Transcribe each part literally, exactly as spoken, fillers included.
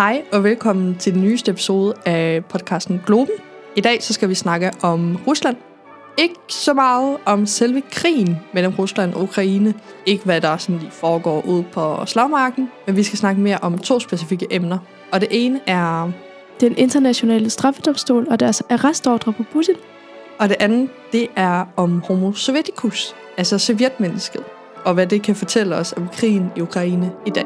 Hej og velkommen til den nyeste episode af podcasten Globen. I dag så skal vi snakke om Rusland. Ikke så meget om selve krigen mellem Rusland og Ukraine. Ikke hvad der sådan lige foregår ude på slagmarken. Men vi skal snakke mere om to specifikke emner. Og det ene er den internationale straffedomstol og deres arrestordre på Putin. Og det andet, det er om Homo sovjeticus, altså sovjetmennesket. Og hvad det kan fortælle os om krigen i Ukraine i dag.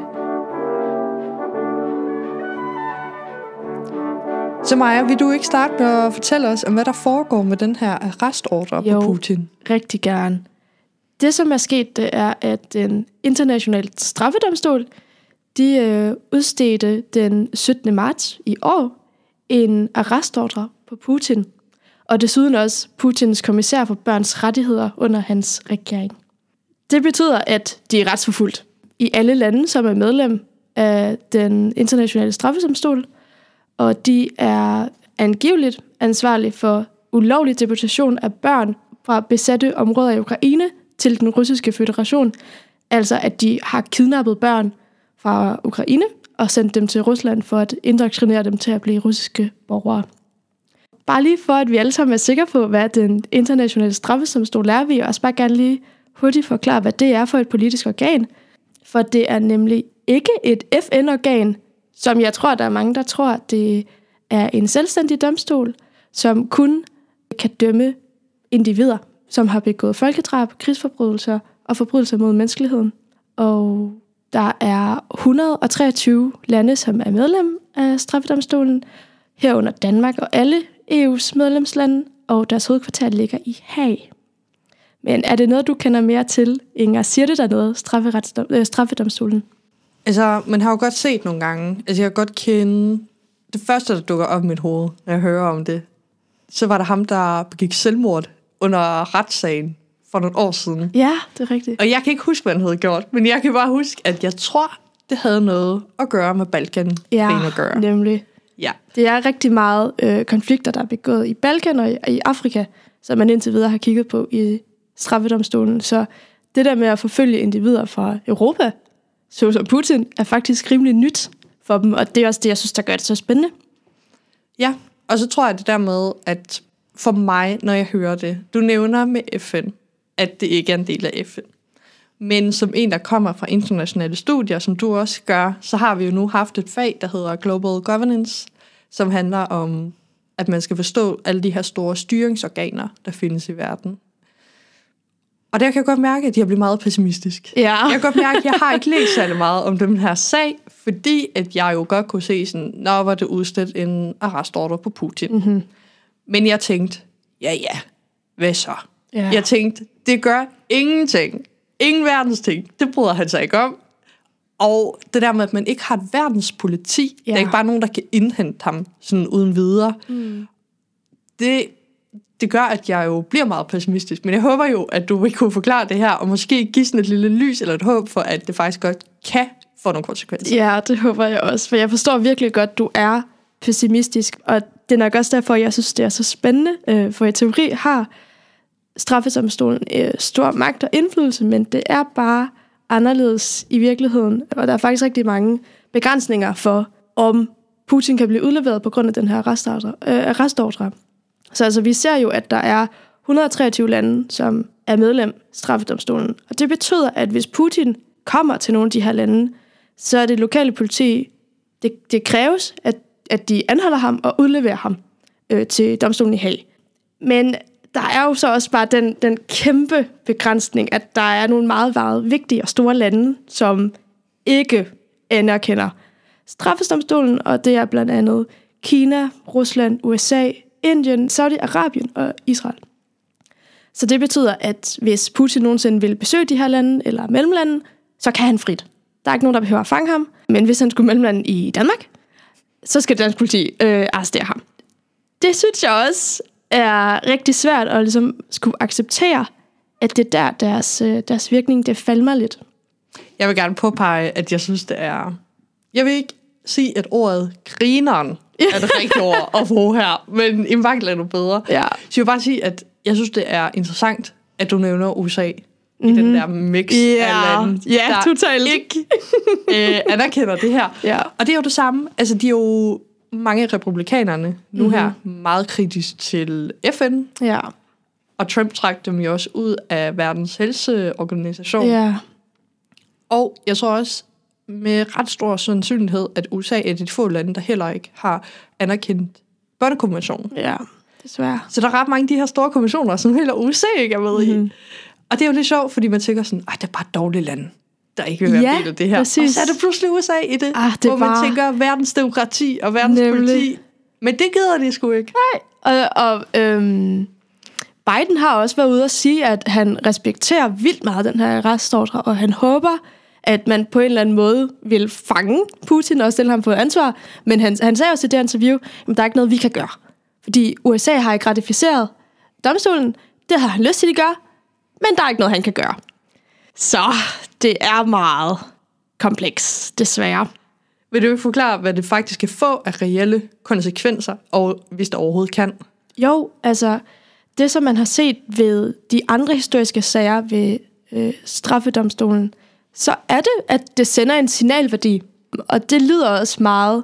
Så Maja, vil du ikke starte med at fortælle os om, hvad der foregår med den her arrestordre jo, på Putin? Rigtig gerne. Det, som er sket, det er, at den internationale straffedomstol, de øh, udstedte den syttende marts i år en arrestordre på Putin. Og desuden også Putins kommissær for børns rettigheder under hans regering. Det betyder, at de er retsforfulgt i alle lande, som er medlem af den internationale straffedomstol. Og de er angiveligt ansvarlige for ulovlig deportation af børn fra besatte områder i Ukraine til den russiske føderation. Altså at de har kidnappet børn fra Ukraine og sendt dem til Rusland for at indoktrinere dem til at blive russiske borgere. Bare lige for, at vi alle sammen er sikre på, hvad den internationale straffedomstol er, vil jeg også bare gerne lige hurtigt forklare, hvad det er for et politisk organ. For det er nemlig ikke et F N-organ, som jeg tror, der er mange, der tror, det er en selvstændig domstol, som kun kan dømme individer, som har begået folkedrab, krigsforbrydelser og forbrydelser mod menneskeligheden. Og der er et hundrede og treogtyve lande, som er medlem af straffedomstolen, herunder Danmark og alle E U's medlemslande, og deres hovedkvarter ligger i Haag. Men er det noget, du kender mere til, Inger? Siger det der noget, straffedomstolen? Altså, man har jo godt set nogle gange. Altså, jeg kan godt kende det første, der dukker op i mit hoved, når jeg hører om det. Så var der ham, der begik selvmord under retssagen for nogle år siden. Ja, det er rigtigt. Og jeg kan ikke huske, hvad han havde gjort, men jeg kan bare huske, at jeg tror, det havde noget at gøre med Balkan. Ja, at gøre. nemlig. Ja. Det er rigtig meget øh, konflikter, der er begået i Balkan og i, i Afrika, som man indtil videre har kigget på i straffedomstolen. Så det der med at forfølge individer fra Europa, såsom Putin, er faktisk rimelig nyt for dem, og det er også det, jeg synes, der gør det så spændende. Ja, og så tror jeg det der med, at for mig, når jeg hører det, du nævner med F N, at det ikke er en del af F N. Men som en, der kommer fra internationale studier, som du også gør, så har vi jo nu haft et fag, der hedder Global Governance, som handler om, at man skal forstå alle de her store styringsorganer, der findes i verden. Og der kan jeg godt mærke, at jeg bliver meget pessimistisk. Ja. Jeg kan godt mærke, at jeg har ikke læst særlig meget om den her sag, fordi at jeg jo godt kunne se sådan, når var det udstedt en arrestordre på Putin. Mm-hmm. Men jeg tænkte, ja ja, hvad så? Ja. Jeg tænkte, det gør ingenting. Ingen verdens ting. Det bryder han sig ikke om. Og det der med, at man ikke har et verdenspoliti, ja. Der er ikke bare nogen, der kan indhente ham sådan uden videre. Mm. Det, det gør, at jeg jo bliver meget pessimistisk. Men jeg håber jo, at du vil kunne forklare det her, og måske give sådan et lille lys eller et håb for, at det faktisk godt kan få nogle konsekvenser. Ja, det håber jeg også. For jeg forstår virkelig godt, at du er pessimistisk. Og det er nok også derfor, jeg synes, det er så spændende. For i teori har straffedomstolen øh, stor magt og indflydelse, men det er bare anderledes i virkeligheden. Og der er faktisk rigtig mange begrænsninger for, om Putin kan blive udleveret på grund af den her arrestordre. Øh, arrestordre. Så altså, vi ser jo, at der er et hundrede og treogtyve lande, som er medlem af straffedomstolen. Og det betyder, at hvis Putin kommer til nogle af de her lande, så er det lokale politi, det, det kræves, at, at de anholder ham og udleverer ham øh, til domstolen i Haag. Men der er jo så også bare den, den kæmpe begrænsning, at der er nogle meget, meget vigtige og store lande, som ikke anerkender straffedomstolen, og det er blandt andet Kina, Rusland, U S A, Indien, Saudi-Arabien og Israel. Så det betyder, at hvis Putin nogensinde vil besøge de her lande eller mellemlande, så kan han frit. Der er ikke nogen, der behøver at fange ham, men hvis han skulle mellemlande i Danmark, så skal dansk politi øh, arrestere ham. Det synes jeg også er rigtig svært at ligesom skulle acceptere, at det der deres, deres virkning, det falmer lidt. Jeg vil gerne påpege, at jeg synes, det er... Jeg vil ikke sige, at ordet grineren er det rigtige ord at bruge her, men i mangel er nu bedre. Ja. Så jeg vil bare sige, at jeg synes, det er interessant, at du nævner U S A. mm-hmm. i den der mix yeah. af lande, ja, der totalt. ikke øh, anerkender det her. Ja. Og det er jo det samme. Altså, de er jo mange af republikanerne nu mm-hmm. her meget kritisk til F N. Ja. Og Trump trak dem jo også ud af verdens helseorganisation. Ja. Og jeg tror også med ret stor sandsynlighed, at U S A er de få lande, der heller ikke har anerkendt børnekonventionen. Ja, desværre. Så der er ret mange af de her store konventioner, som heller U S A ikke er med mm-hmm. i. Og det er jo lidt sjovt, fordi man tænker sådan, at det er bare et dårligt land, der ikke vil være ja, del af det her. Præcis. Og så er det pludselig U S A i det, ah, det hvor man bare... tænker verdens demokrati og verdens Nemlig. politi. Men det gider de sgu ikke. Nej, og, og øhm, Biden har også været ude at sige, at han respekterer vildt meget den her arrestordre, og han håber, at man på en eller anden måde vil fange Putin og stille ham på ansvar. Men han, han sagde også i det interview, at der er ikke noget, vi kan gøre. Fordi U S A har ikke ratificeret domstolen. Det har han lyst til, at de gør. Men der er ikke noget, han kan gøre. Så det er meget kompleks, desværre. Vil du ikke forklare, hvad det faktisk kan få af reelle konsekvenser, og hvis det overhovedet kan? Jo, altså det, som man har set ved de andre historiske sager ved øh, straffedomstolen, så er det, at det sender en signalværdi. Og det lyder også meget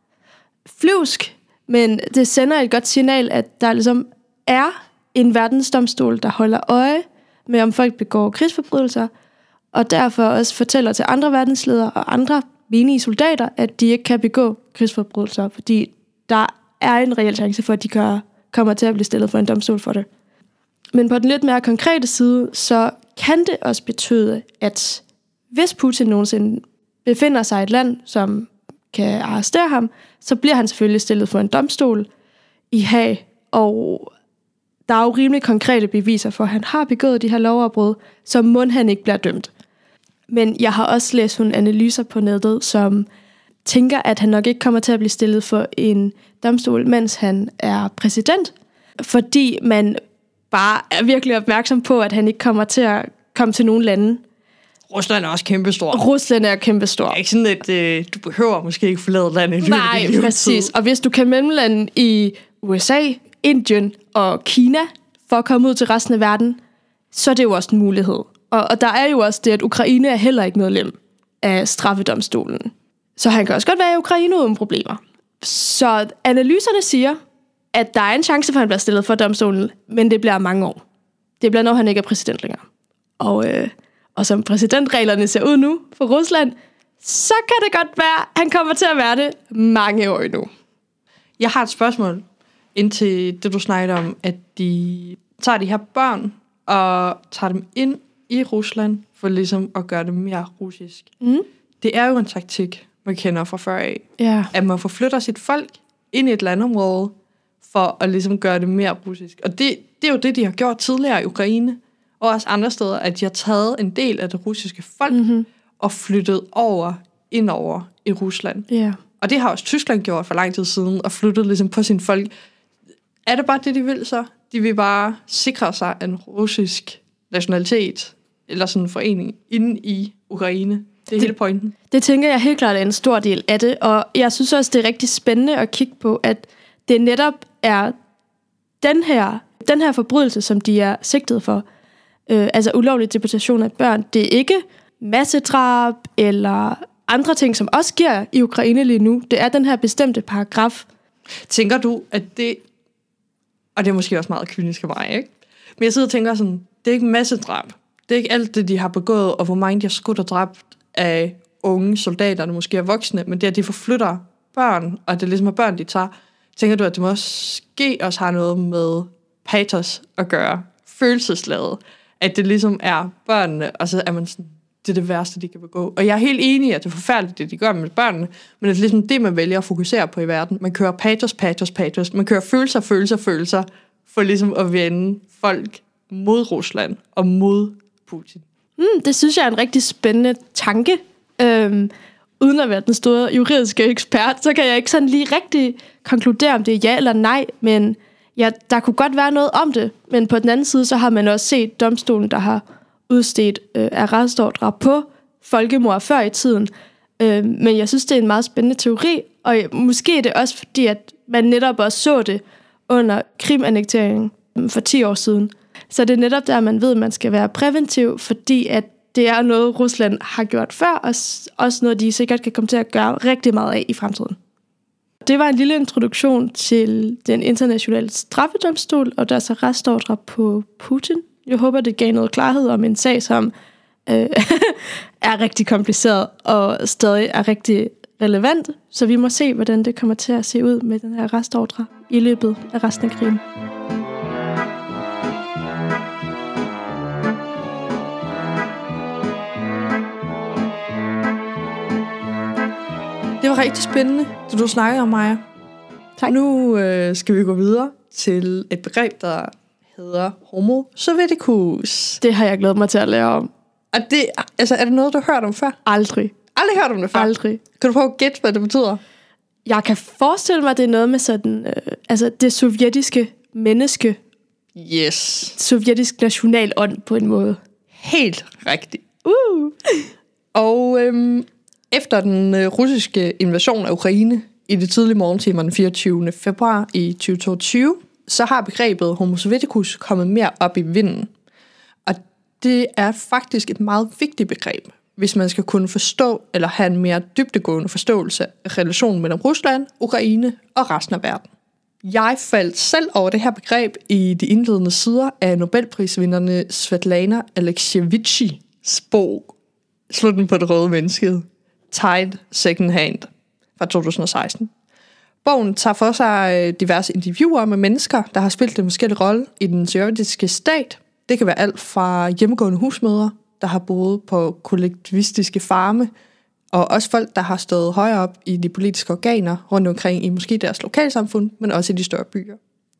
flyvsk, men det sender et godt signal, at der ligesom er en verdensdomstol, der holder øje med, om folk begår krigsforbrydelser, og derfor også fortæller til andre verdensledere og andre menige soldater, at de ikke kan begå krigsforbrydelser, fordi der er en reel chance for, at de gør, kommer til at blive stillet for en domstol for det. Men på den lidt mere konkrete side, så kan det også betyde, at hvis Putin nogensinde befinder sig i et land, som kan arrestere ham, så bliver han selvfølgelig stillet for en domstol i Haag, og der er jo rimelig konkrete beviser for, at han har begået de her lovbrud, så må han ikke bliver dømt. Men jeg har også læst nogle analyser på nettet, som tænker, at han nok ikke kommer til at blive stillet for en domstol, mens han er præsident, fordi man bare er virkelig opmærksom på, at han ikke kommer til at komme til nogen lande. Rusland er også kæmpestor. Rusland er kæmpestor. Det er ikke sådan, at øh, du behøver måske ikke forlade landet. Nej, præcis. Og hvis du kan mellemlande i U S A, Indien og Kina for at komme ud til resten af verden, så er det jo også en mulighed. Og, og der er jo også det, at Ukraine er heller ikke medlem af straffedomstolen. Så han kan også godt være i Ukraine uden problemer. Så analyserne siger, at der er en chance for, at han bliver stillet for domstolen, men det bliver mange år. Det bliver, når han ikke er præsident længere. Og, øh, og som præsidentreglerne ser ud nu for Rusland, så kan det godt være, at han kommer til at være det mange år endnu. Jeg har et spørgsmål indtil det, du snakker om, at de tager de her børn og tager dem ind i Rusland for ligesom at gøre det mere russisk. Mm. Det er jo en taktik, man kender fra før af. Ja. At man forflytter sit folk ind i et landområde for at ligesom gøre det mere russisk. Og det, det er jo det, de har gjort tidligere i Ukraine og også andre steder, at de har taget en del af det russiske folk mm-hmm. og flyttet over ind over i Rusland. Ja. Og det har også Tyskland gjort for lang tid siden, og flyttet ligesom på sin folk. Er det bare det, de vil så? De vil bare sikre sig en russisk nationalitet, eller sådan en forening, inde i Ukraine. Det er det, hele pointen. Det tænker jeg helt klart er en stor del af det, og jeg synes også, det er rigtig spændende at kigge på, at det netop er den her, den her forbrydelse, som de er sigtet for, øh, altså ulovlig deportation af børn, det er ikke massedrab eller andre ting, som også sker i Ukraine lige nu. Det er den her bestemte paragraf. Tænker du, at det, og det er måske også meget kynisk af mig, ikke? Men jeg sidder og tænker sådan, det er ikke massedrab. Det er ikke alt det, de har begået, og hvor mange de har skudt og dræbt af unge soldater, der måske er voksne, men det er, at de forflytter børn, og det er ligesom er børn, de tager. Tænker du, at det måske også har noget med patos at gøre, følelsesladet, at det ligesom er børnene, og så er man sådan, det er det værste, de kan begå. Og jeg er helt enig i, at det er forfærdeligt, det de gør med børnene, men det er ligesom det, man vælger at fokusere på i verden. Man kører patos, patos, patos. Man kører følelser, følelser, følelser, for ligesom at vende folk mod Rusland og mod Putin. Mm, det synes jeg er en rigtig spændende tanke. Øhm, uden at være den store juridiske ekspert, så kan jeg ikke sådan lige rigtig konkludere, om det er ja eller nej, men ja, der kunne godt være noget om det. Men på den anden side, så har man også set domstolen, der har udstedt øh, arrestordre på folkemord før i tiden. Øh, men jeg synes, det er en meget spændende teori, og måske er det også fordi, at man netop også så det under Krim-annekteringen for ti år siden. Så det er netop der, man ved, at man skal være præventiv, fordi at det er noget, Rusland har gjort før, og også noget, de sikkert kan komme til at gøre rigtig meget af i fremtiden. Det var en lille introduktion til den internationale straffedomstol og deres arrestordre på Putin. Jeg håber, det gav noget klarhed om en sag, som øh, er rigtig kompliceret og stadig er rigtig relevant. Så vi må se, hvordan det kommer til at se ud med den her arrestordre i løbet af resten af krigen. Det var rigtig spændende, det du snakkede om, Maja. Tak. Nu øh, skal vi gå videre til et begreb, der hedder Homo sovjeticus. Det har jeg glædet mig til at lære om. Og det, altså, er det noget, du har hørt om før? Aldrig. Aldrig hørt om det før? Aldrig. Kan du prøve at gætte, hvad det betyder? Jeg kan forestille mig, at det er noget med sådan, øh, altså det sovjetiske menneske. Yes. Sovjetisk nationalånd på en måde. Helt rigtigt. Uh. Og øhm, efter den øh, russiske invasion af Ukraine i det tidlige morgentimer den fireogtyvende februar i tyve toogtyve, så har begrebet Homo sovjeticus kommet mere op i vinden. Og det er faktisk et meget vigtigt begreb, hvis man skal kunne forstå eller have en mere dybdegående forståelse af relationen mellem Rusland, Ukraine og resten af verden. Jeg faldt selv over det her begreb i de indledende sider af Nobelprisvinderne Svetlana Alexievitchs bog Slutten på det røde menneske, Tide Second Hand fra to tusind og seksten. Bogen tager for sig diverse interviewer med mennesker, der har spillet en forskellig rolle i den sovjetiske stat. Det kan være alt fra hjemmegående husmødre, der har boet på kollektivistiske farme, og også folk, der har stået højere op i de politiske organer rundt omkring i måske deres lokalsamfund, men også i de større byer.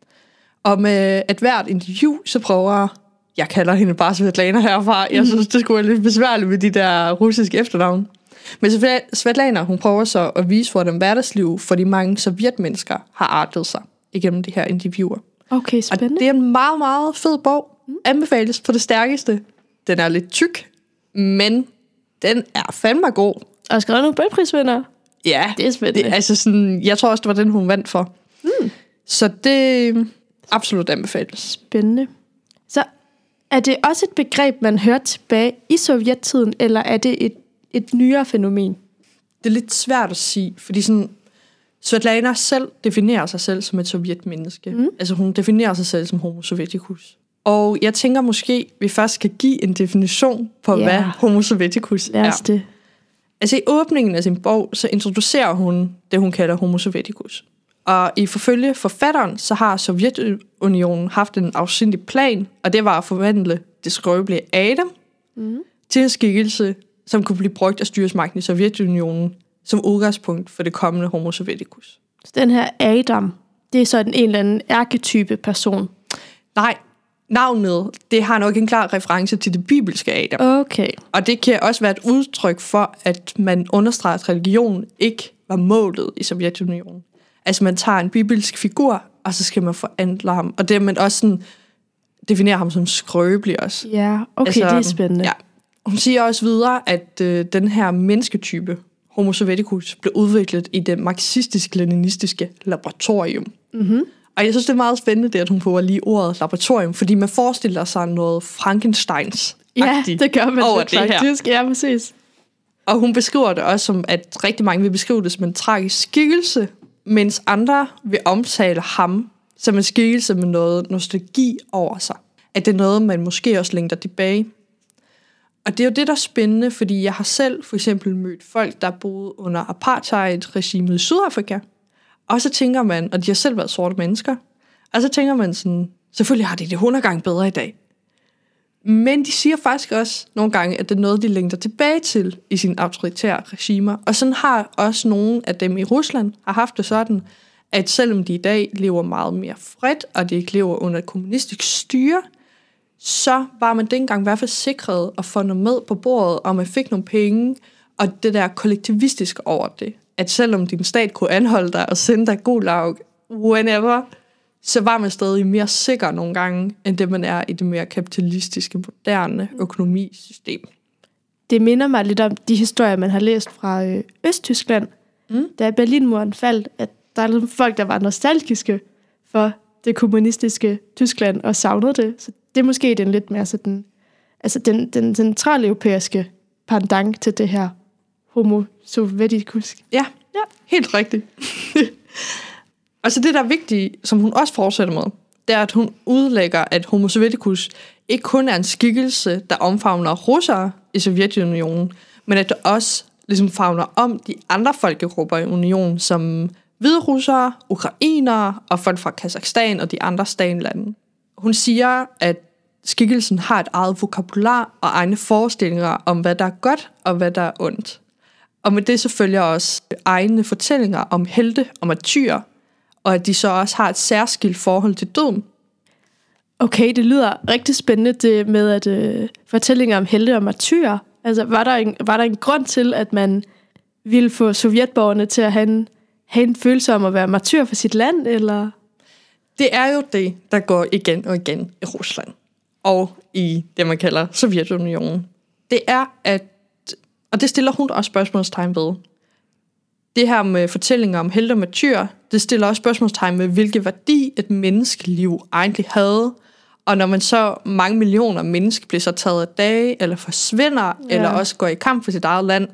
Og med et hvert interview, så prøver, jeg kalder hende bare Svetlana herfra, jeg synes, det skulle være lidt besværligt med de der russiske efternavne. Men Svetlana, hun prøver så at vise, hvordan hverdagsliv for de mange sovjetmennesker har artet sig igennem de her interviewer. Okay, spændende. Og det er en meget, meget fed bog. Anbefales på det stærkeste. Den er lidt tyk, men den er fandme god. Og skrevet nogle Nobelprisvinder. Ja, det er spændende. Det, altså sådan, jeg tror også, det var den, hun vandt for. Mm. Så det absolut anbefales. Spændende. Så er det også et begreb, man hører tilbage i sovjettiden, eller er det et, et nyere fænomen? Det er lidt svært at sige, fordi sådan, Svetlana selv definerer sig selv som et sovjetmenneske. Mm. Altså hun definerer sig selv som Homo sovjeticus. Og jeg tænker måske, vi først skal give en definition på, yeah. hvad Homo sovjeticus er. Lad os det. Altså i åbningen af sin bog, så introducerer hun det, hun kalder Homo sovjeticus. Og i forfølge forfatteren, så har Sovjetunionen haft en afsindig plan, og det var at forvandle det skrøbelige Adam mm. til en skikkelse, som kunne blive brugt af styresmagten i Sovjetunionen som udgangspunkt for det kommende Homo sovjeticus. Så den her Adam, det er sådan en eller anden arketype person? Nej, navnet, det har nok en klar reference til det bibelske Adam. Okay. Og det kan også være et udtryk for, at man understreger, at religion ikke var målet i Sovjetunionen. Altså man tager en bibelsk figur, og så skal man forandre ham. Og det man også sådan, definerer ham som skrøbelig også. Ja, okay, altså, det er spændende. Ja. Hun siger også videre, at øh, den her mennesketype, Homo sovjeticus, blev udviklet i det marxistisk-leninistiske laboratorium. Mm-hmm. Og jeg synes, det er meget spændende, det, at hun prøver lige ordet laboratorium, fordi man forestiller sig noget Frankensteins. Ja, det gør man over det faktisk. Ja, præcis. Og hun beskriver det også som, at rigtig mange vil beskrive det som en tragisk skikkelse, mens andre vil omtale ham som en skikkelse med noget nostalgi over sig. At det er noget, man måske også længter tilbage. Og det er jo det, der er spændende, fordi jeg har selv for eksempel mødt folk, der boede under apartheid-regimet i Sydafrika. Og så tænker man, og de har selv været sorte mennesker, og så tænker man sådan, selvfølgelig har de det hundrede gange bedre i dag. Men de siger faktisk også nogle gange, at det er noget, de længter tilbage til i sine autoritære regimer. Og sådan har også nogle af dem i Rusland har haft det sådan, at selvom de i dag lever meget mere frit, og de ikke lever under et kommunistisk styre, så var man dengang i hvert fald sikret at få noget med på bordet, og man fik nogle penge, og det der kollektivistiske over det. At selvom din stat kunne anholde dig og sende dig god lag, whenever, så var man stadig mere sikker nogle gange, end det man er i det mere kapitalistiske, moderne økonomisystem. Det minder mig lidt om de historier, man har læst fra øh, Østtyskland. Mm. Da Berlinmuren faldt, at der er folk, der var nostalgiske for det kommunistiske Tyskland og savnede det. Så det er måske den lidt mere sådan, altså den, den centrale europæiske pendant til det her homo sovjeticus. Ja, ja, helt rigtigt. Altså det, der er vigtigt, som hun også fortsætter med, det er, at hun udlægger, at homo sovjeticus ikke kun er en skikkelse, der omfavner russere i Sovjetunionen, men at det også ligesom favner om de andre folkegrupper i unionen, som hviderussere, ukrainere og folk fra Kazakhstan og de andre stanlande. Hun siger, at skikkelsen har et eget vokabular og egne forestillinger om, hvad der er godt og hvad der er ondt. Og med det selvfølgelig også egne fortællinger om helte og martyrer, og at de så også har et særskilt forhold til døden. Okay, det lyder rigtig spændende det med at øh, fortællinger om helte og martyrer. Altså, var der, en, var der en grund til, at man ville få sovjetborgerne til at have en, have en følelse om at være martyr for sit land, eller? Det er jo det, der går igen og igen i Rusland og i det, man kalder Sovjetunionen. Det er, at, og det stiller hun også spørgsmålstegn ved, det her med fortællinger om helte og martyrer, det stiller også spørgsmålstegn med, hvilke værdi et menneskeliv egentlig havde. Og når man så mange millioner mennesker bliver så taget af dage, eller forsvinder, ja. Eller også går i kamp for sit eget land,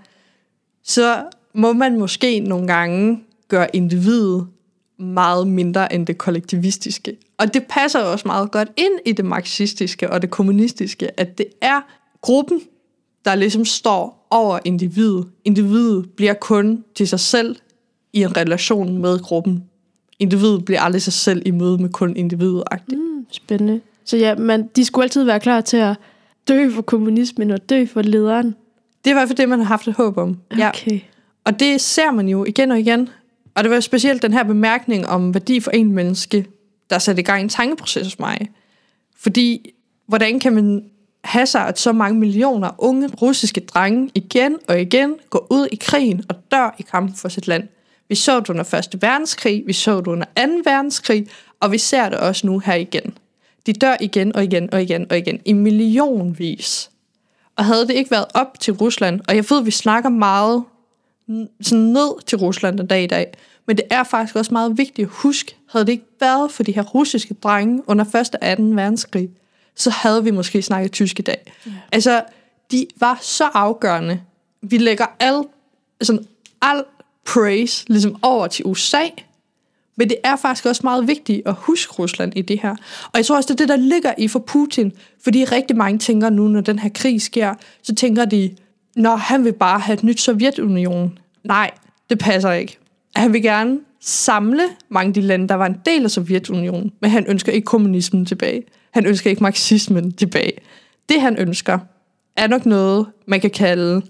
så må man måske nogle gange gøre individet meget mindre end det kollektivistiske. Og det passer også meget godt ind i det marxistiske og det kommunistiske, at det er gruppen, der ligesom står over individet. Individet bliver kun til sig selv i en relation med gruppen. Individet bliver aldrig sig selv i møde med kun individet. Mm, spændende. Så ja, man, de skulle altid være klar til at dø for kommunismen og dø for lederen. Det er i hvert fald det, man har haft et håb om. Okay. Ja. Og det ser man jo igen og igen. Og det var specielt den her bemærkning om værdi for en menneske, der satte i gang en tankeproces hos mig. Fordi, hvordan kan man have sig, at så mange millioner unge russiske drenge igen og igen går ud i krigen og dør i kampen for sit land? Vi så det under første verdenskrig, vi så det under anden verdenskrig, og vi ser det også nu her igen. De dør igen og igen og igen og igen i millionvis. Og havde det ikke været op til Rusland, og jeg ved, at vi snakker meget sådan ned til Rusland den dag i dag, men det er faktisk også meget vigtigt at huske, havde det ikke været for de her russiske drenge under første og anden verdenskrig, så havde vi måske snakket tysk i dag. Ja. Altså, de var så afgørende. Vi lægger al, sådan, al praise ligesom over til U S A, men det er faktisk også meget vigtigt at huske Rusland i det her. Og jeg tror også, det er det, der ligger i for Putin, fordi rigtig mange tænker nu, når den her krig sker, så tænker de, når han vil bare have et nyt Sovjetunion. Nej, det passer ikke. Han vil gerne samle mange af de lande, der var en del af Sovjetunionen, men han ønsker ikke kommunismen tilbage. Han ønsker ikke marxismen tilbage. Det, han ønsker, er nok noget, man kan kalde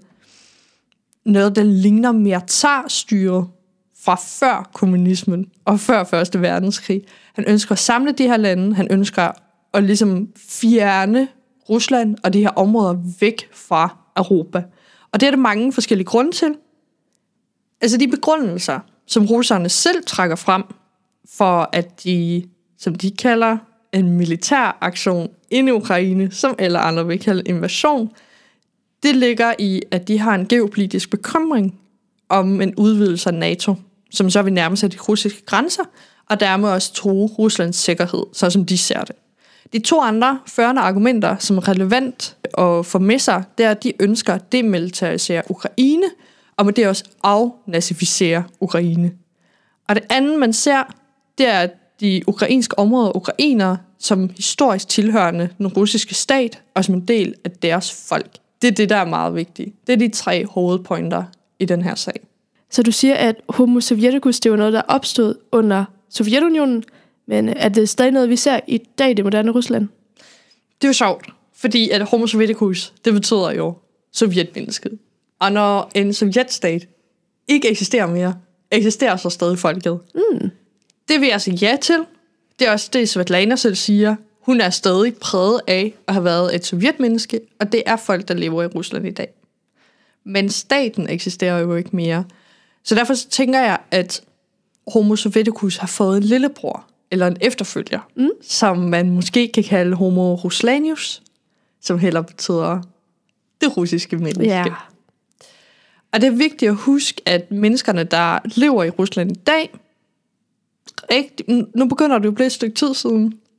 noget, der ligner mere tsarstyret fra før kommunismen og før første verdenskrig. Han ønsker at samle de her lande. Han ønsker at ligesom fjerne Rusland og de her områder væk fra Europa. Og det er der mange forskellige grunde til. Altså de begrundelser, som russerne selv trækker frem, for at de, som de kalder en militær aktion ind i Ukraine, som alle andre vil kalde invasion, det ligger i, at de har en geopolitisk bekymring om en udvidelse af NATO, som så vil nærme sig de russiske grænser, og dermed også true Ruslands sikkerhed, så som de ser det. De to andre førende argumenter, som er relevant at få med sig, det er, at de ønsker at demilitarisere Ukraine, og med det også afnazificere Ukraine. Og det andet, man ser, det er, at de ukrainske områder ukrainere, som historisk tilhørende den russiske stat, og som en del af deres folk. Det er det, der er meget vigtigt. Det er de tre hovedpointer i den her sag. Så du siger, at homo sovjeticus, det var noget, der opstod under Sovjetunionen, men er det stadig noget, vi ser i dag i det moderne Rusland? Det er jo sjovt, fordi at homo sovjeticus, det betyder jo sovjetmennesket. Og når en sovjetstat ikke eksisterer mere, eksisterer så stadig folket. Mm. Det vil jeg sige ja til. Det er også det, Svetlana selv siger. Hun er stadig præget af at have været et sovjetmenneske, og det er folk, der lever i Rusland i dag. Men staten eksisterer jo ikke mere. Så derfor så tænker jeg, at homo sovjeticus har fået en lillebror, eller en efterfølger, mm. som man måske kan kalde homo ruslanius, som heller betyder det russiske menneske. Yeah. Og det er vigtigt at huske, at menneskerne, der lever i Rusland i dag, rigtig, nu begynder det jo at blive et stykke tid siden,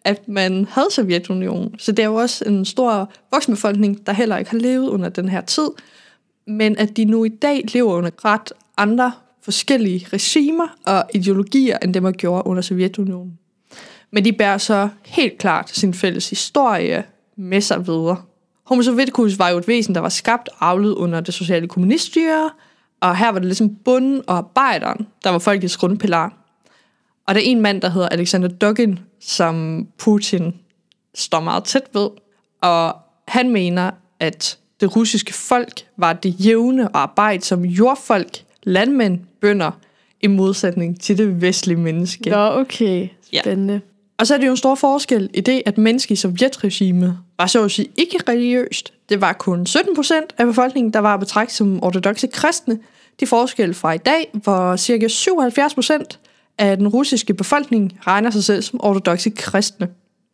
at man havde Sovjetunionen. Så det er jo også en stor voksenbefolkning, der heller ikke har levet under den her tid, men at de nu i dag lever under ret andre forskellige regimer og ideologier, end det man gjorde under Sovjetunionen. Men de bærer så helt klart sin fælles historie med sig videre. Homo sovjeticus var jo et væsen, der var skabt og avlet under det sociale kommuniststyre, og her var det ligesom bunden og arbejderen, der var folkets grundpilar. Og der er en mand, der hedder Alexander Dugin, som Putin står meget tæt ved, og han mener, at det russiske folk var det jævne og arbejde som jordfolk, landmænd, bønder, i modsætning til det vestlige menneske. Nå, okay. Spændende. Ja. Og så er det jo en stor forskel i det, at mennesker i sovjetregimet var så at sige ikke religiøst. Det var kun sytten procent af befolkningen, der var betragtet som ortodokse kristne. De forskel fra i dag, hvor ca. syvoghalvfjerds procent af den russiske befolkning regner sig selv som ortodokse kristne.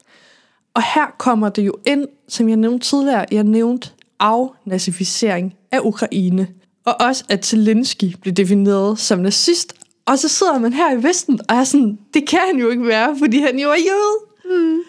Og her kommer det jo ind, som jeg nævnte tidligere, jeg nævnte afnazificering af Ukraine. Og også, at Zelensky blev defineret som nazist. Og så sidder man her i Vesten, og er sådan, det kan han jo ikke være, fordi han jo er jøde. Mm.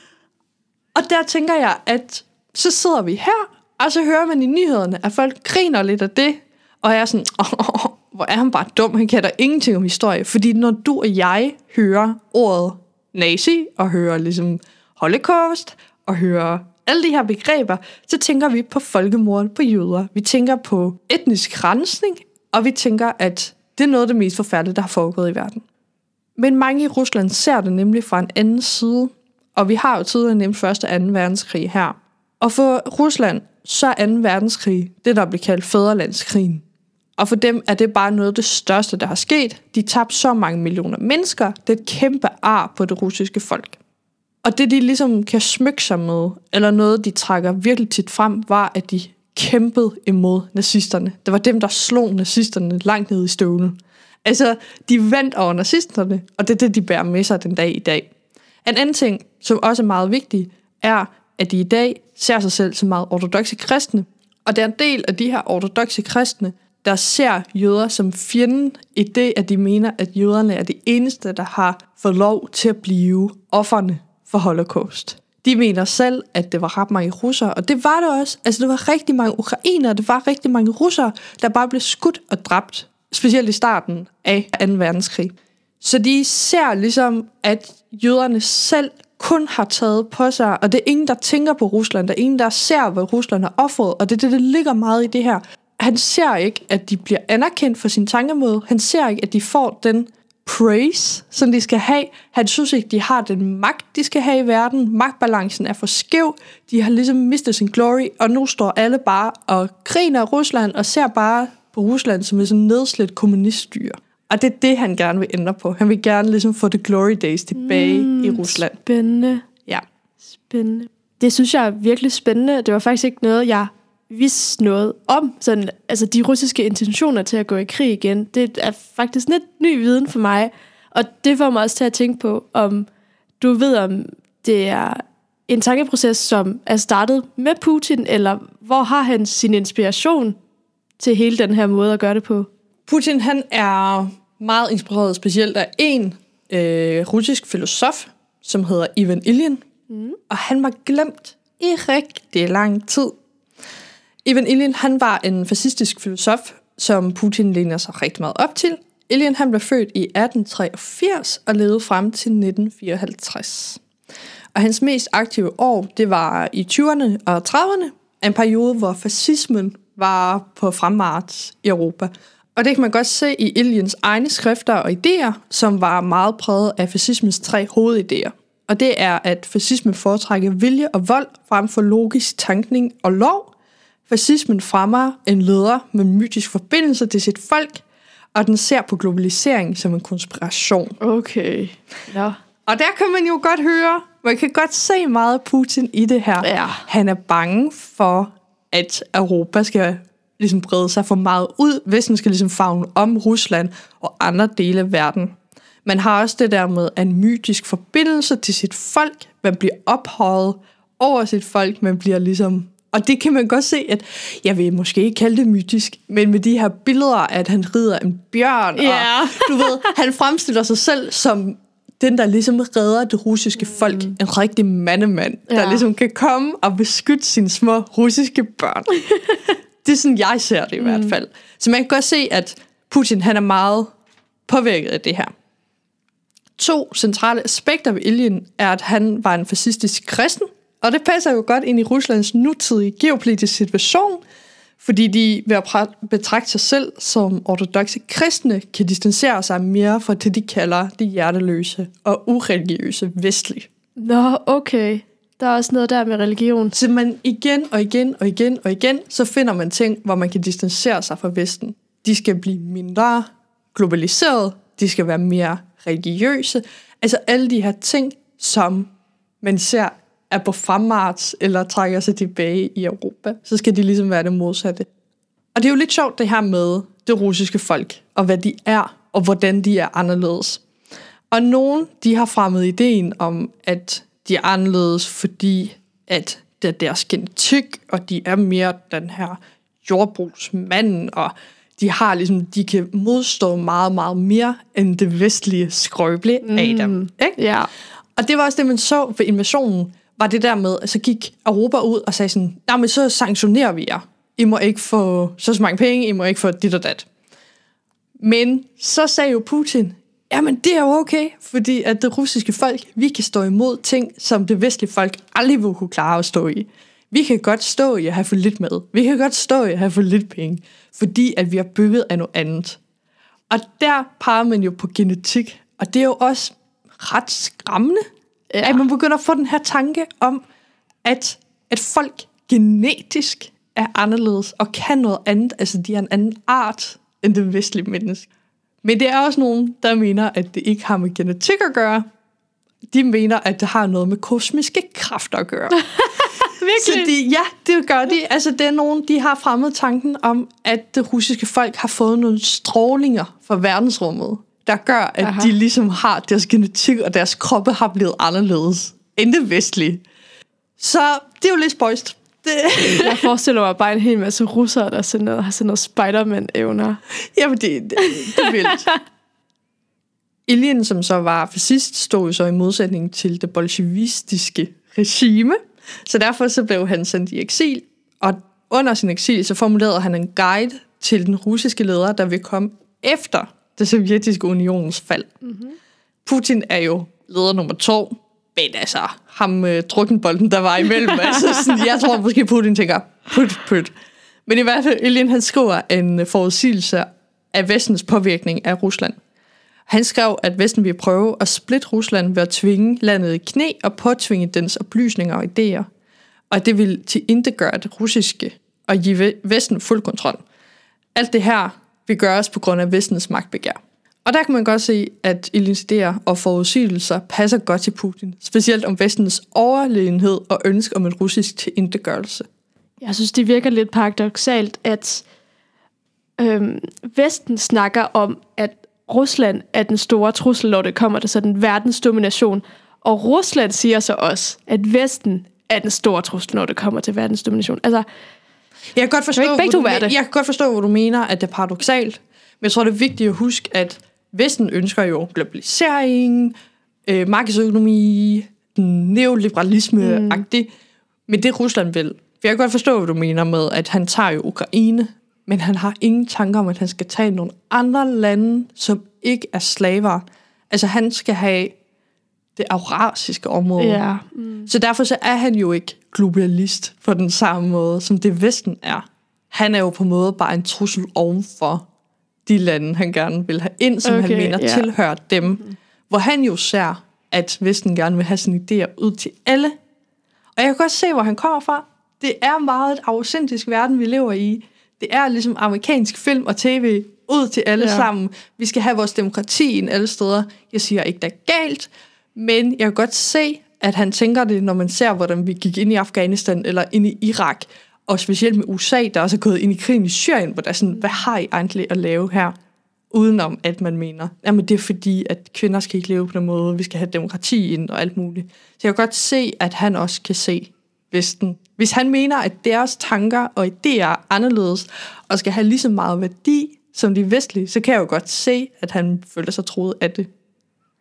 Og der tænker jeg, at så sidder vi her, og så hører man i nyhederne, at folk griner lidt af det. Og jeg er sådan, åh, oh, hvor er han bare dum, han kan da ingenting om historie. Fordi når du og jeg hører ordet nazi, og hører ligesom holocaust, og hører alle de her begreber, så tænker vi på folkemord på jøder. Vi tænker på etnisk rensning, og vi tænker, at det er noget af det mest forfærdelige, der har foregået i verden. Men mange i Rusland ser det nemlig fra en anden side, og vi har jo tidligere nævnt første og anden verdenskrig her. Og for Rusland, så er anden verdenskrig det, der bliver kaldt fædrelandskrigen. Og for dem er det bare noget af det største, der har sket. De tabte så mange millioner mennesker. Det er et kæmpe ar på det russiske folk. Og det, de ligesom kan smykke sig med, eller noget, de trækker virkelig tit frem, var, at de kæmpede imod nazisterne. Det var dem, der slog nazisterne langt ned i støvlen. Altså, de vandt over nazisterne, og det er det, de bærer med sig den dag i dag. En anden ting, som også er meget vigtig, er, at de i dag ser sig selv som meget ortodokse kristne. Og der er en del af de her ortodokse kristne, der ser jøder som fjenden i det, at de mener, at jøderne er de eneste, der har fået lov til at blive ofrene for holocaust. De mener selv, at det var ret mange russere, og det var det også. Altså, det var rigtig mange ukrainere, det var rigtig mange russere, der bare blev skudt og dræbt, specielt i starten af anden verdenskrig. Så de ser ligesom, at jøderne selv kun har taget på sig, og det er ingen, der tænker på Rusland, der er ingen, der ser, hvad Rusland har offret, og det er det, der ligger meget i det her. Han ser ikke, at de bliver anerkendt for sin tankemåde. Han ser ikke, at de får den praise, som de skal have. Han synes ikke, de har den magt, de skal have i verden. Magtbalancen er for skæv. De har ligesom mistet sin glory, og nu står alle bare og griner af Rusland, og ser bare på Rusland som et sådan nedslidt kommuniststyre. Og det er det, han gerne vil ændre på. Han vil gerne ligesom få the glory days tilbage mm, i Rusland. Spændende. Ja. Spændende. Det synes jeg er virkelig spændende. Det var faktisk ikke noget, jeg vidste noget om. Sådan, altså de russiske intentioner til at gå i krig igen. Det er faktisk lidt ny viden for mig. Og det får mig også til at tænke på, om du ved, om det er en tankeproces, som er startet med Putin, eller hvor har han sin inspiration til hele den her måde at gøre det på? Putin, han er meget inspireret specielt af en øh, russisk filosof, som hedder Ivan Ilyin. Mm. Og han var glemt i rigtig lang tid. Ivan Ilyin, han var en fascistisk filosof, som Putin ligner sig rigtig meget op til. Ilyin, han blev født i atten treogfirs og levede frem til nitten fireoghalvtreds. Og hans mest aktive år, det var i tyverne og trediverne, en periode, hvor fascismen var på fremmarch i Europa. Og det kan man godt se i Ilyins egne skrifter og idéer, som var meget præget af fascismens tre hovedidéer. Og det er, at fascismen foretrækker vilje og vold frem for logisk tankning og lov. Fascismen fremmer en leder med mytisk forbindelse til sit folk, og den ser på globalisering som en konspiration. Okay, ja. Og der kan man jo godt høre, man kan godt se meget Putin i det her. Ja. Han er bange for, at Europa skal ligesom brede sig for meget ud, Vesten skal ligesom favne om Rusland og andre dele af verden. Man har også det der med en mytisk forbindelse til sit folk. Man bliver ophøjet over sit folk, man bliver ligesom... Og det kan man godt se, at jeg vil måske ikke kalde det mytisk, men med de her billeder, at han rider en bjørn, yeah. Og du ved, han fremstiller sig selv som den, der ligesom redder det russiske folk, mm. en rigtig mandemand, ja. der ligesom kan komme og beskytte sine små russiske børn. Det er sådan, jeg ser det i mm. hvert fald. Så man kan godt se, at Putin, han er meget påvirket af det her. To centrale aspekter ved Ilyin er, at han var en fascistisk kristen, og det passer jo godt ind i Ruslands nutidige geopolitiske situation, fordi de ved at betragte sig selv som ortodokse kristne, kan distancere sig mere fra det, de kalder de hjerteløse og ureligiøse vestlige. Nå, okay. Der er også noget der med religion. Så man igen og igen og igen og igen, så finder man ting, hvor man kan distancere sig fra Vesten. De skal blive mindre globaliseret, de skal være mere religiøse. Altså alle de her ting, som man ser er på fremmarch eller trækker sig tilbage i Europa, så skal de ligesom være det modsatte. Og det er jo lidt sjovt det her med det russiske folk, og hvad de er, og hvordan de er anderledes. Og nogen, de har fremmet ideen om, at de er anderledes, fordi at det er deres genetik, og de er mere den her jordbrugsmand, og de har ligesom, de kan modstå meget, meget mere end det vestlige skrøbelige mm. Adam. Ikke? Ja. Og det var også det, man så ved invasionen, var det der med, at så gik Europa ud og sagde sådan, nej, men så sanktionerer vi jer. I må ikke få så, så mange penge, I må ikke få dit og dat. Men så sagde jo Putin, jamen det er jo okay, fordi at det russiske folk, vi kan stå imod ting, som det vestlige folk aldrig vil kunne klare at stå i. Vi kan godt stå i at have for lidt mad. Vi kan godt stå i at have for lidt penge, fordi at vi har bygget af noget andet. Og der peger man jo på genetik, og det er jo også ret skræmmende, ja. At man begynder at få den her tanke om, at, at folk genetisk er anderledes og kan noget andet. Altså, de er en anden art end det vestlige menneske. Men det er også nogen, der mener, at det ikke har med genetik at gøre. De mener, at det har noget med kosmiske kræfter at gøre. Virkelig? Så de, ja, det gør de. Altså, det er nogen, de har fremmet tanken om, at det russiske folk har fået nogle strålinger fra verdensrummet, der gør, at Aha. de ligesom har deres genetik, og deres kroppe har blevet anderledes end det vestlige. Så det er jo lidt spøjst. Det. Jeg forestiller mig bare en hel masse russere, der sådan noget, har sådan noget Spider-Man-evner. Jamen, det, det, det er vildt. Ilyin, som så var fascist, stod jo så i modsætning til det bolsjevistiske regime, så derfor så blev han sendt i eksil, og under sin eksil, så formulerede han en guide til den russiske leder, der vil komme efter det sovjetiske unions fald. Mm-hmm. Putin er jo leder nummer to, men altså, ham øh, drukkenbolden, der var imellem, altså, sådan, jeg tror måske Putin tænker, put, put. Men i hvert fald, Ilyin, han skriver en forudsigelse af Vestens påvirkning af Rusland. Han skrev, at Vesten vil prøve at splitte Rusland ved at tvinge landet i knæ og påtvinge dens oplysninger og idéer. Og det vil tilintetgøre det russiske og give Vesten fuld kontrol. Alt det her vil gøres på grund af Vestens magtbegær. Og der kan man godt se, at Ilyins idéer og forudsigelser passer godt til Putin. Specielt om Vestens overlegenhed og ønske om en russisk tilintetgørelse. Jeg synes, det virker lidt paradoksalt, at øhm, Vesten snakker om, at Rusland er den store trussel, når det kommer til sådan verdensdomination. Og Rusland siger så også, at Vesten er den store trussel, når det kommer til verdensdomination. Altså, jeg kan godt forstå, kan ikke hvor du, jeg kan godt forstå, hvor du mener, at det er paradoksalt. Men jeg tror, det er vigtigt at huske, at Vesten ønsker jo globalisering, øh, markedsøkonomi, neoliberalisme-agtigt. Mm. Men det Rusland vil. Jeg kan godt forstå, hvad du mener med, at han tager jo Ukraine, men han har ingen tanker om, at han skal tage nogle andre lande, som ikke er slaver. Altså, han skal have det eurasiske område. Ja. Mm. Så derfor så er han jo ikke globalist på den samme måde, som det Vesten er. Han er jo på en måde bare en trussel ovenfor de lande, han gerne vil have ind, som okay, han mener yeah. tilhører dem. Mm. Hvor han jo ser, at Vesten gerne vil have sine idéer ud til alle. Og jeg kan godt se, hvor han kommer fra. Det er meget et autentisk verden, vi lever i. Det er ligesom amerikansk film og tv ud til alle ja. sammen. Vi skal have vores demokrati ind alle steder. Jeg siger ikke, det er galt, men jeg kan godt se, at han tænker det, når man ser, hvordan vi gik ind i Afghanistan eller ind i Irak, og specielt med U S A, der også er gået ind i krigen i Syrien, hvor der er sådan, hvad har I egentlig at lave her? Udenom, at man mener, jamen det er fordi, at kvinder skal ikke leve på den måde, vi skal have demokrati ind og alt muligt. Så jeg kan godt se, at han også kan se Vesten. Hvis han mener, at deres tanker og idéer er anderledes, og skal have lige så meget værdi som de vestlige, så kan jeg jo godt se, at han føler sig troet af det.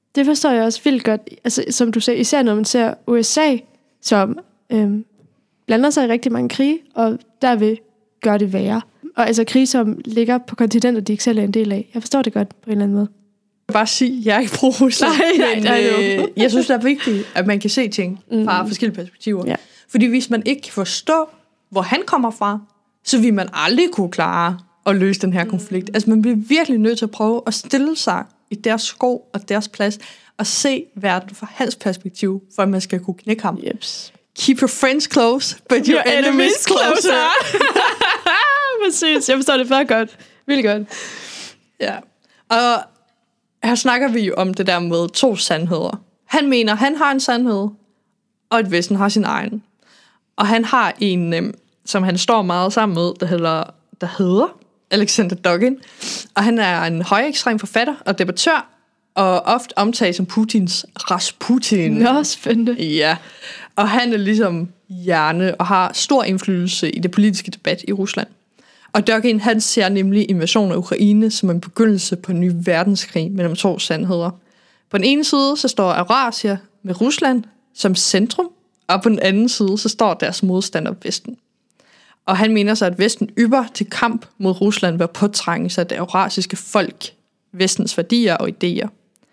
Det forstår jeg også vildt godt. Altså, som du sagde, især når man ser U S A, som øhm, blander sig i rigtig mange krige, og derved gør det værre. Og altså krige, som ligger på kontinenter, de ikke selv er en del af. Jeg forstår det godt på en eller anden måde. Jeg vil bare sige, at jeg er ikke pro-Rusland, nej, nej, men øh, jeg synes, det er vigtigt, at man kan se ting fra mm. forskellige perspektiver. Ja. Fordi hvis man ikke kan forstå, hvor han kommer fra, så vil man aldrig kunne klare at løse den her konflikt. Mm. Altså man bliver virkelig nødt til at prøve at stille sig i deres sko og deres plads, og se verden fra hans perspektiv, for at man skal kunne knække ham. Jeps. Keep your friends close, but your, your enemies, enemies closer. Præcis, jeg forstår det for godt. Vildt godt. Ja, og her snakker vi jo om det der med to sandheder. Han mener, han har en sandhed, og et Vesten har sin egen. Og han har en, øhm, som han står meget sammen med, der hedder, der hedder Alexander Dugin. Og han er en højekstrem forfatter og debattør, og ofte omtalt som Putins Rasputin. Nå, spændende. Ja, og han er ligesom hjerne og har stor indflydelse i det politiske debat i Rusland. Og Dugin, han ser nemlig invasionen af Ukraine som en begyndelse på en ny verdenskrig mellem to sandheder. På den ene side, så står Eurasia med Rusland som centrum, og på den anden side, så står deres modstander Vesten. Og han mener så, at Vesten ypper til kamp mod Rusland ved at påtrænge sig det eurasiske folk, Vestens værdier og idéer.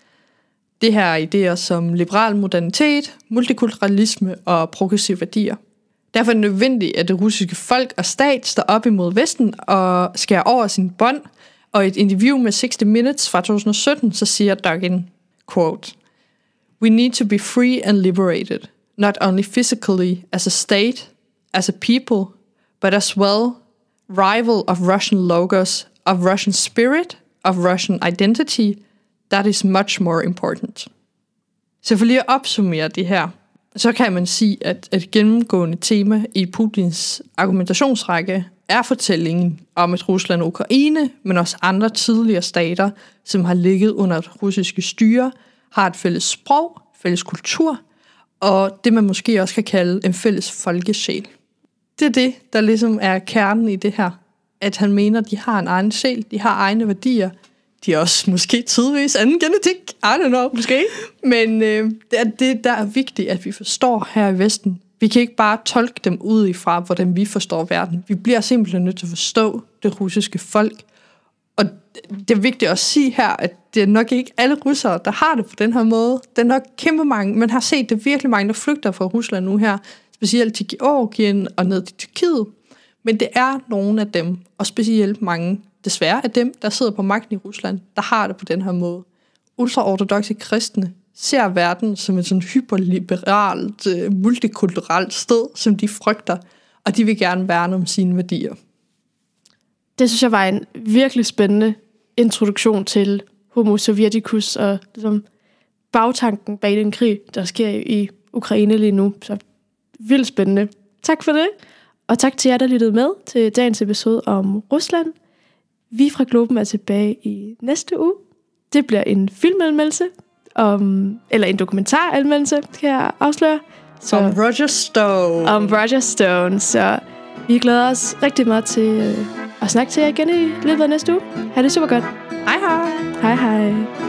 Det her er idéer som liberal modernitet, multikulturalisme og progressive værdier. Derfor er det nødvendigt, at det russiske folk og stat står op imod Vesten og skærer over sin bånd. Og i et interview med sixty minutes fra to tusind og sytten, så siger Dugin, quote, "We need to be free and liberated, not only physically as a state, as a people, but as well rival of Russian logos, of Russian spirit, of Russian identity. That is much more important." Så for lige at opsummere det her, så kan man sige, at et gennemgående tema i Putins argumentationsrække er fortællingen om et Rusland og Ukraine, men også andre tidligere stater, som har ligget under et russiske styre, har et fælles sprog, fælles kultur, og det man måske også kan kalde en fælles folkesjæl. Det er det, der ligesom er kernen i det her, at han mener, at de har en egen sjæl, de har egne værdier, de er også måske tidligvis anden genetik, I don't know, måske. Men øh, det er det, der er vigtigt, at vi forstår her i Vesten. Vi kan ikke bare tolke dem ud ifra, hvordan vi forstår verden. Vi bliver simpelthen nødt til at forstå det russiske folk. Og det er vigtigt at sige her, at det er nok ikke alle russere, der har det på den her måde. Det er nok kæmpe mange. Man har set det virkelig mange, der flygter fra Rusland nu her. Specielt til Georgien og ned til Tyrkiet. Men det er nogle af dem, og specielt mange, desværre af dem, der sidder på magten i Rusland, der har det på den her måde. Ultraortodokse kristne ser verden som et sådan hyperliberalt, multikulturelt sted, som de frygter, og de vil gerne værne om sine værdier. Det synes jeg var en virkelig spændende introduktion til Homo sovjeticus og ligesom bagtanken bag den krig, der sker i Ukraine lige nu. Så vildt spændende. Tak for det, og tak til jer, der lyttede med til dagens episode om Rusland. Vi fra Globen er tilbage i næste uge. Det bliver en filmanmeldelse, om, eller en dokumentaranmeldelse, kan jeg afsløre. Så, om Roger Stone. Om Roger Stone, så vi glæder os rigtig meget til øh, at snakke til jer igen i løbet af næste uge. Ha' det super godt. Hej hej. Hej hej.